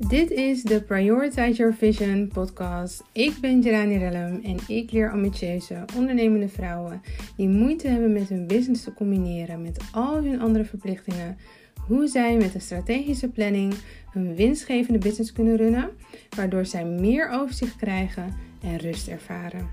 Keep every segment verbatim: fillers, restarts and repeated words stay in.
Dit is de Prioritize Your Vision podcast. Ik ben Gerani Rellum en ik leer ambitieuze, ondernemende vrouwen die moeite hebben met hun business te combineren met al hun andere verplichtingen, hoe zij met een strategische planning hun winstgevende business kunnen runnen, waardoor zij meer overzicht krijgen en rust ervaren.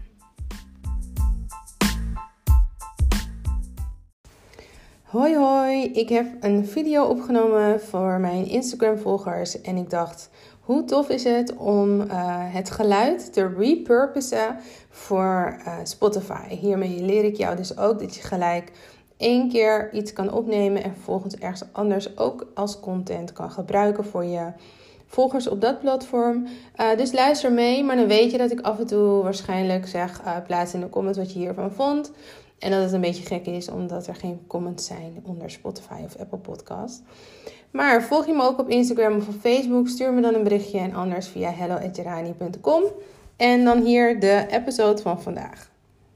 Hoi hoi, ik heb een video opgenomen voor mijn Instagram volgers en ik dacht, hoe tof is het om uh, het geluid te repurposen voor uh, Spotify. Hiermee leer ik jou dus ook dat je gelijk één keer iets kan opnemen en vervolgens ergens anders ook als content kan gebruiken voor je volgers op dat platform. Uh, dus luister mee, maar dan weet je dat ik af en toe waarschijnlijk zeg, uh, plaats in de comments wat je hiervan vond. En dat het een beetje gek is, omdat er geen comments zijn onder Spotify of Apple Podcast. Maar volg je me ook op Instagram of op Facebook, stuur me dan een berichtje en anders via hello at gerani dot com. En dan hier de episode van vandaag.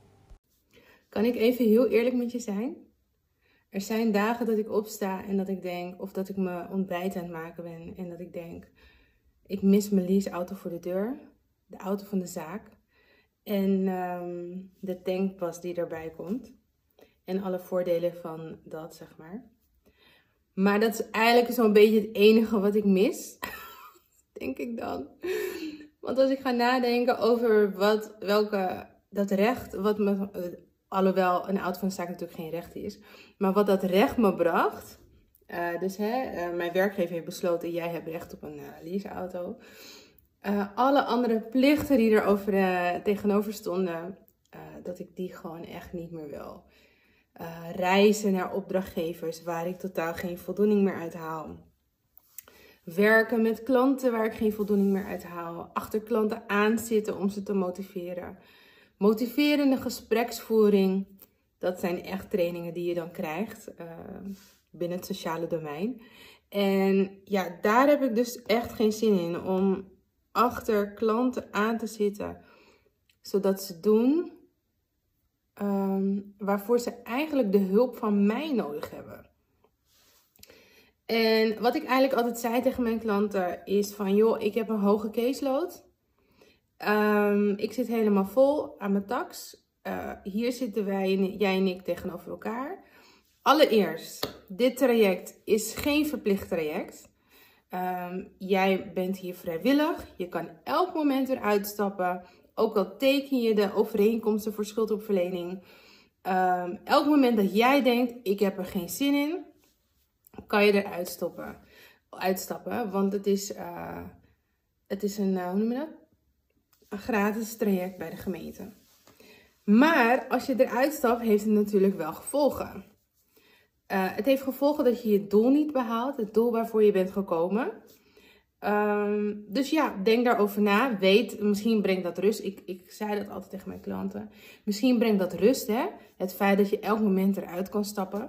Kan ik even heel eerlijk met je zijn? Er zijn dagen dat ik opsta en dat ik denk, of dat ik mijn ontbijt aan het maken ben. En dat ik denk, ik mis mijn leaseauto voor de deur. De auto van de zaak. En um, de tankpas die erbij komt. En alle voordelen van dat, zeg maar. Maar dat is eigenlijk zo'n beetje het enige wat ik mis. Denk ik dan. Want als ik ga nadenken over wat, welke, dat recht, wat me, alhoewel een auto van de zaak natuurlijk geen recht is. Maar wat dat recht me bracht. Uh, dus hè, uh, mijn werkgever heeft besloten, jij hebt recht op een uh, leaseauto. Uh, alle andere plichten die er over, uh, tegenover stonden, uh, dat ik die gewoon echt niet meer wil. Uh, reizen naar opdrachtgevers waar ik totaal geen voldoening meer uit haal. Werken met klanten waar ik geen voldoening meer uit haal. Achter klanten aanzitten om ze te motiveren. Motiverende gespreksvoering, dat zijn echt trainingen die je dan krijgt uh, binnen het sociale domein. En ja, daar heb ik dus echt geen zin in om achter klanten aan te zitten, zodat ze doen um, waarvoor ze eigenlijk de hulp van mij nodig hebben. En wat ik eigenlijk altijd zei tegen mijn klanten is van, joh, ik heb een hoge caseload. Um, ik zit helemaal vol aan mijn tax. Uh, hier zitten wij, jij en ik, tegenover elkaar. Allereerst, dit traject is geen verplicht traject. Um, jij bent hier vrijwillig. Je kan elk moment eruit stappen. Ook al teken je de overeenkomsten voor schuldhulpverlening. Um, elk moment dat jij denkt, ik heb er geen zin in, kan je eruit stoppen, uitstappen. Want het is, uh, het is een, uh, hoe noem je dat? Een gratis traject bij de gemeente. Maar als je eruit stapt, heeft het natuurlijk wel gevolgen. Uh, het heeft gevolgen dat je je doel niet behaalt. Het doel waarvoor je bent gekomen. Um, dus ja, denk daarover na. Weet, misschien brengt dat rust. Ik, ik zei dat altijd tegen mijn klanten. Misschien brengt dat rust, hè. Het feit dat je elk moment eruit kan stappen.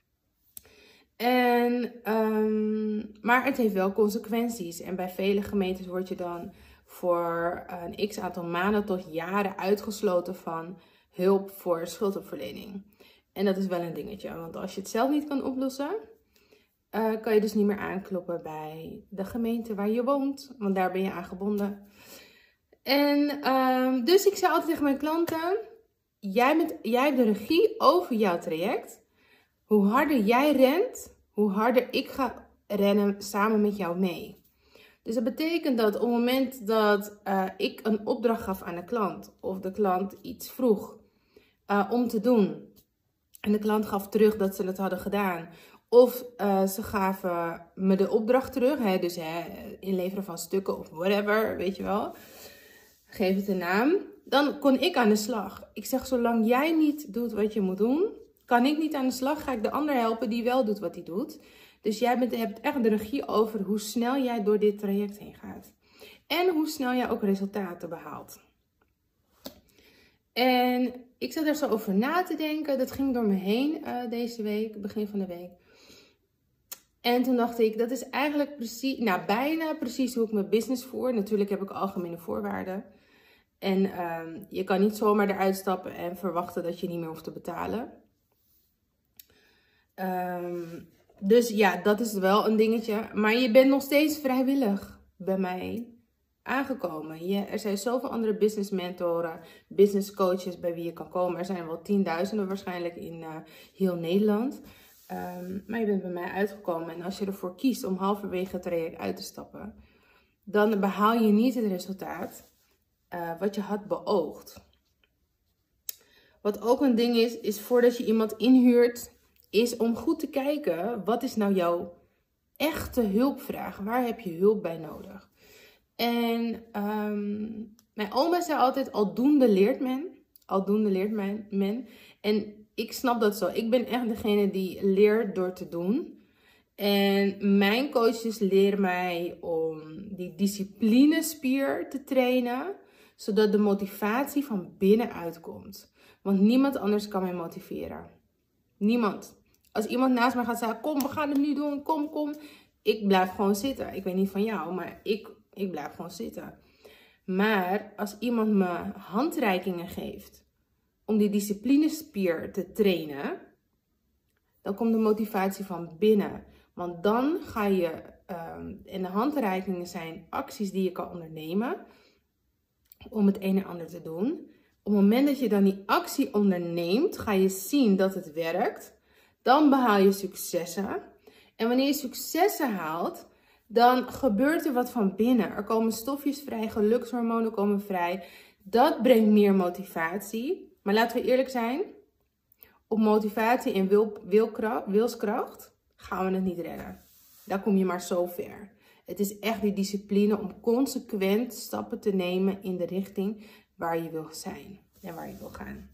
En, um, maar het heeft wel consequenties. En bij vele gemeentes word je dan voor een x aantal maanden tot jaren uitgesloten van hulp voor schuldhulpverlening. En dat is wel een dingetje, want als je het zelf niet kan oplossen, uh, kan je dus niet meer aankloppen bij de gemeente waar je woont, want daar ben je aan gebonden. En uh, dus ik zei altijd tegen mijn klanten, jij, bent, jij hebt de regie over jouw traject. Hoe harder jij rent, hoe harder ik ga rennen samen met jou mee. Dus dat betekent dat op het moment dat uh, ik een opdracht gaf aan de klant, of de klant iets vroeg uh, om te doen, en de klant gaf terug dat ze het hadden gedaan. Of uh, ze gaven me de opdracht terug. Hè, dus hè, inleveren van stukken of whatever, weet je wel. Geef het een naam. Dan kon ik aan de slag. Ik zeg, zolang jij niet doet wat je moet doen, kan ik niet aan de slag. Ga ik de ander helpen die wel doet wat hij doet. Dus jij bent, hebt echt de regie over hoe snel jij door dit traject heen gaat. En hoe snel jij ook resultaten behaalt. En ik zat er zo over na te denken. Dat ging door me heen uh, deze week, begin van de week. En toen dacht ik, dat is eigenlijk precies, nou bijna precies hoe ik mijn business voer. Natuurlijk heb ik algemene voorwaarden. En uh, je kan niet zomaar eruit stappen en verwachten dat je niet meer hoeft te betalen. Um, dus ja, dat is wel een dingetje. Maar je bent nog steeds vrijwillig. bij mij aangekomen. Je, er zijn zoveel andere business mentoren, business coaches bij wie je kan komen. Er zijn wel tienduizenden waarschijnlijk in uh, heel Nederland. Um, maar je bent bij mij uitgekomen. En als je ervoor kiest om halverwege het traject uit te stappen, dan behaal je niet het resultaat uh, wat je had beoogd. Wat ook een ding is, is voordat je iemand inhuurt, is om goed te kijken, wat is nou jouw echte hulpvraag? Waar heb je hulp bij nodig? En um, mijn oma zei altijd, aldoende leert men. Aldoende leert men, men. En ik snap dat zo. Ik ben echt degene die leert door te doen. En mijn coaches leren mij om die disciplinespier te trainen, zodat de motivatie van binnenuit komt. Want niemand anders kan mij motiveren. Niemand. Als iemand naast mij gaat zeggen, kom, we gaan het nu doen, kom, kom. Ik blijf gewoon zitten. Ik weet niet van jou, maar ik, ik blijf gewoon zitten. Maar als iemand me handreikingen geeft om die disciplinespier te trainen, dan komt de motivatie van binnen. Want dan ga je, um, en de handreikingen zijn acties die je kan ondernemen om het een en ander te doen. Op het moment dat je dan die actie onderneemt, ga je zien dat het werkt. Dan behaal je successen. En wanneer je successen haalt, dan gebeurt er wat van binnen. Er komen stofjes vrij, gelukshormonen komen vrij. Dat brengt meer motivatie. Maar laten we eerlijk zijn, op motivatie en wil, wilkracht, wilskracht gaan we het niet redden. Daar kom je maar zo ver. Het is echt die discipline om consequent stappen te nemen in de richting waar je wil zijn en waar je wil gaan.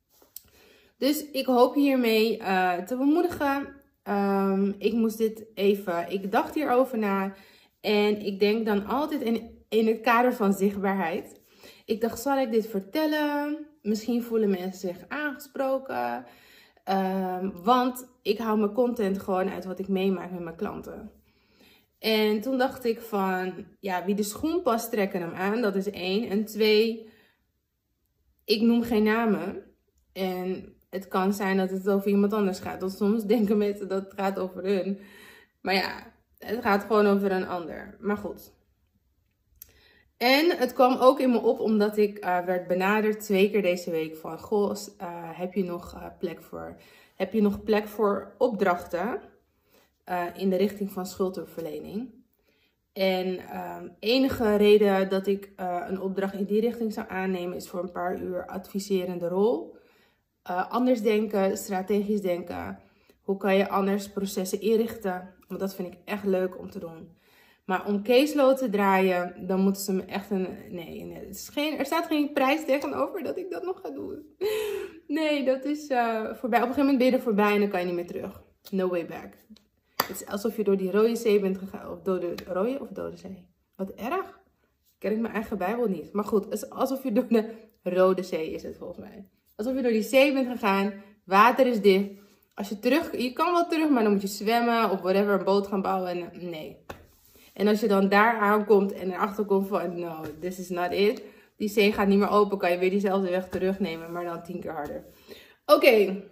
Dus ik hoop hiermee uh, te bemoedigen. Um, ik moest dit even, ik dacht hierover na en ik denk dan altijd in, in het kader van zichtbaarheid. Ik dacht, zal ik dit vertellen? Misschien voelen mensen zich aangesproken. Um, want ik hou mijn content gewoon uit wat ik meemaak met mijn klanten. En toen dacht ik van, ja, wie de schoen past, trekken hem aan. Dat is één. En twee, ik noem geen namen. En het kan zijn dat het over iemand anders gaat. Want soms denken mensen dat het gaat over hun. Maar ja, het gaat gewoon over een ander. Maar goed. En het kwam ook in me op omdat ik uh, werd benaderd twee keer deze week van, goh, uh, heb je nog uh, plek voor, heb je nog plek voor opdrachten uh, in de richting van schuldhulpverlening? En uh, enige reden dat ik uh, een opdracht in die richting zou aannemen is voor een paar uur adviserende rol. Uh, anders denken, strategisch denken. Hoe kan je anders processen inrichten? Want dat vind ik echt leuk om te doen. Maar om caseload te draaien, dan moeten ze me echt een... Nee, nee het is geen, er staat geen prijs tegenover dat ik dat nog ga doen. Nee, dat is uh, voorbij. Op een gegeven moment ben je er voorbij en dan kan je niet meer terug. No way back. Het is alsof je door die rode zee bent gegaan. Of door de rode of dode zee. Wat erg. Ken ik mijn eigen Bijbel niet. Maar goed, het is alsof je door de rode zee is het volgens mij. Alsof je door die zee bent gegaan. Water is dicht. Als je terug... Je kan wel terug, maar dan moet je zwemmen of whatever, een boot gaan bouwen. En, nee. En als je dan daar aankomt en erachter komt van, no, this is not it. Die zee gaat niet meer open, kan je weer diezelfde weg terugnemen, maar dan tien keer harder. Oké, okay.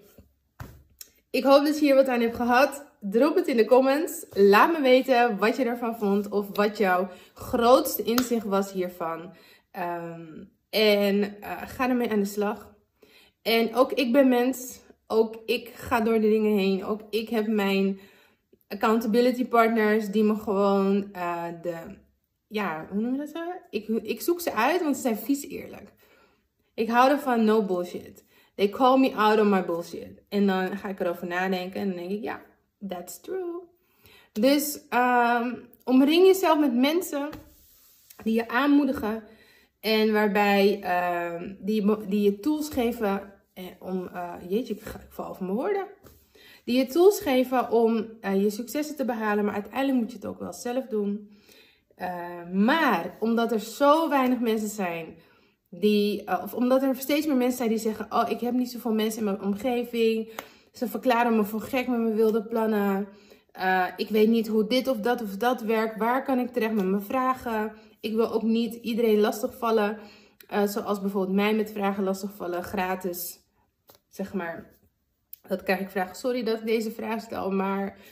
Ik hoop dat je hier wat aan hebt gehad. Drop het in de comments. Laat me weten wat je ervan vond of wat jouw grootste inzicht was hiervan. Um, en uh, ga ermee aan de slag. En ook ik ben mens. Ook ik ga door de dingen heen. Ook ik heb mijn accountability partners die me gewoon uh, de... Ja, hoe noem je dat zo? Ik, ik zoek ze uit, want ze zijn vies eerlijk. Ik hou ervan no bullshit. They call me out on my bullshit. En dan ga ik erover nadenken en dan denk ik, ja, that's true. Dus um, omring jezelf met mensen die je aanmoedigen. En waarbij uh, die, die je tools geven om... Uh, jeetje, ik, ik val over mijn woorden. Die je tools geven om uh, je successen te behalen. Maar uiteindelijk moet je het ook wel zelf doen. Uh, maar omdat er zo weinig mensen zijn... Die, uh, of omdat er steeds meer mensen zijn die zeggen... Oh, ik heb niet zoveel mensen in mijn omgeving. Ze verklaren me voor gek met mijn wilde plannen. Uh, ik weet niet hoe dit of dat of dat werkt. Waar kan ik terecht met mijn vragen? Ik wil ook niet iedereen lastigvallen. Uh, zoals bijvoorbeeld mij met vragen lastigvallen. Gratis, zeg maar. Dat krijg ik vragen. Sorry dat ik deze vraag stel, maar...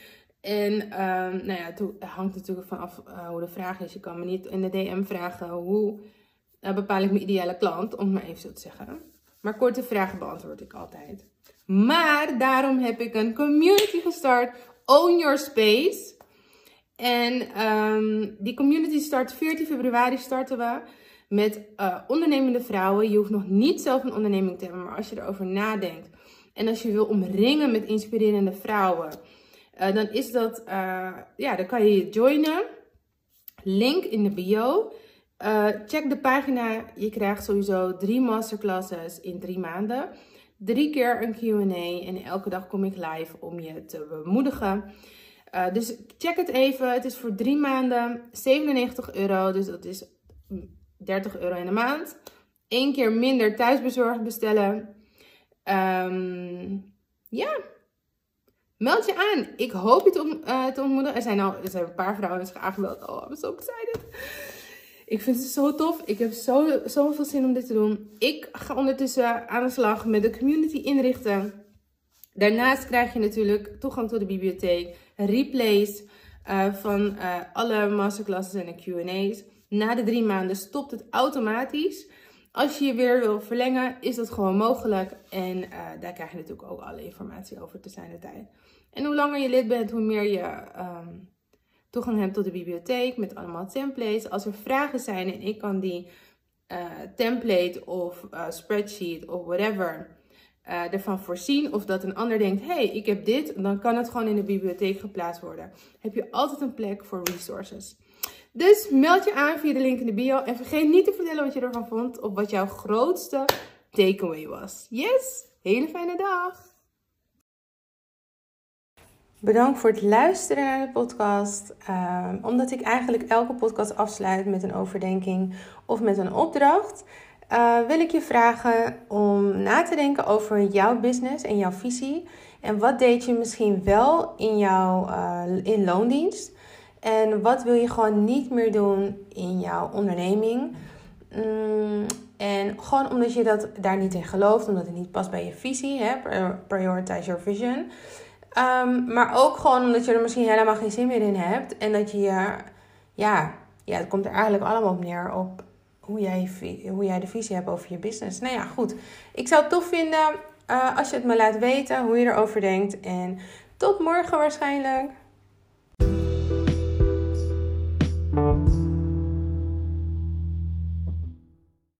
En um, nou ja, het hangt natuurlijk vanaf uh, hoe de vraag is. Je kan me niet in de D M vragen hoe uh, bepaal ik mijn ideale klant, om het maar even zo te zeggen. Maar korte vragen beantwoord ik altijd. Maar daarom heb ik een community gestart, Own Your Space. En um, die community start veertien februari starten we met uh, ondernemende vrouwen. Je hoeft nog niet zelf een onderneming te hebben, maar als je erover nadenkt en als je wil omringen met inspirerende vrouwen, uh, dan is dat, uh, ja, dan kan je je joinen. Link in de bio. Uh, check de pagina. Je krijgt sowieso drie masterclasses in drie maanden. Drie keer een Q en A en elke dag kom ik live om je te bemoedigen. Uh, dus check het even. Het is voor drie maanden zevenennegentig euro. Dus dat is dertig euro in de maand. Eén keer minder thuisbezorgd bestellen. Um, ja. Meld je aan. Ik hoop je te, om, uh, te ontmoeten. Er zijn al er zijn een paar vrouwen die zich aangemeld. Oh, I'm so excited. Ik vind het zo tof. Ik heb zo, zoveel zin om dit te doen. Ik ga ondertussen aan de slag met de community inrichten. Daarnaast krijg je natuurlijk toegang tot de bibliotheek. Replays uh, van uh, alle masterclasses en de Q en A's. Na de drie maanden stopt het automatisch. Als je je weer wil verlengen, is dat gewoon mogelijk. En uh, daar krijg je natuurlijk ook alle informatie over te zijn de tijd. En hoe langer je lid bent, hoe meer je um, toegang hebt tot de bibliotheek. Met allemaal templates. Als er vragen zijn en ik kan die uh, template of uh, spreadsheet of whatever uh, ervan voorzien. Of dat een ander denkt, hé, hey, ik heb dit. Dan kan het gewoon in de bibliotheek geplaatst worden. Heb je altijd een plek voor resources. Dus meld je aan via de link in de bio. En vergeet niet te vertellen wat je ervan vond. Of wat jouw grootste takeaway was. Yes! Hele fijne dag! Bedankt voor het luisteren naar de podcast. Uh, omdat ik eigenlijk elke podcast afsluit met een overdenking of met een opdracht. Uh, wil ik je vragen om na te denken over jouw business en jouw visie. En wat deed je misschien wel in jouw uh, in loondienst? En wat wil je gewoon niet meer doen in jouw onderneming? Mm, en gewoon omdat je dat daar niet in gelooft, omdat het niet past bij je visie. Hè? Prioritize your vision. Um, maar ook gewoon omdat je er misschien helemaal geen zin meer in hebt. En dat je, ja, ja, het komt er eigenlijk allemaal op neer op hoe jij, hoe jij de visie hebt over je business. Nou ja, goed. Ik zou het tof vinden uh, als je het me laat weten hoe je erover denkt. En tot morgen waarschijnlijk.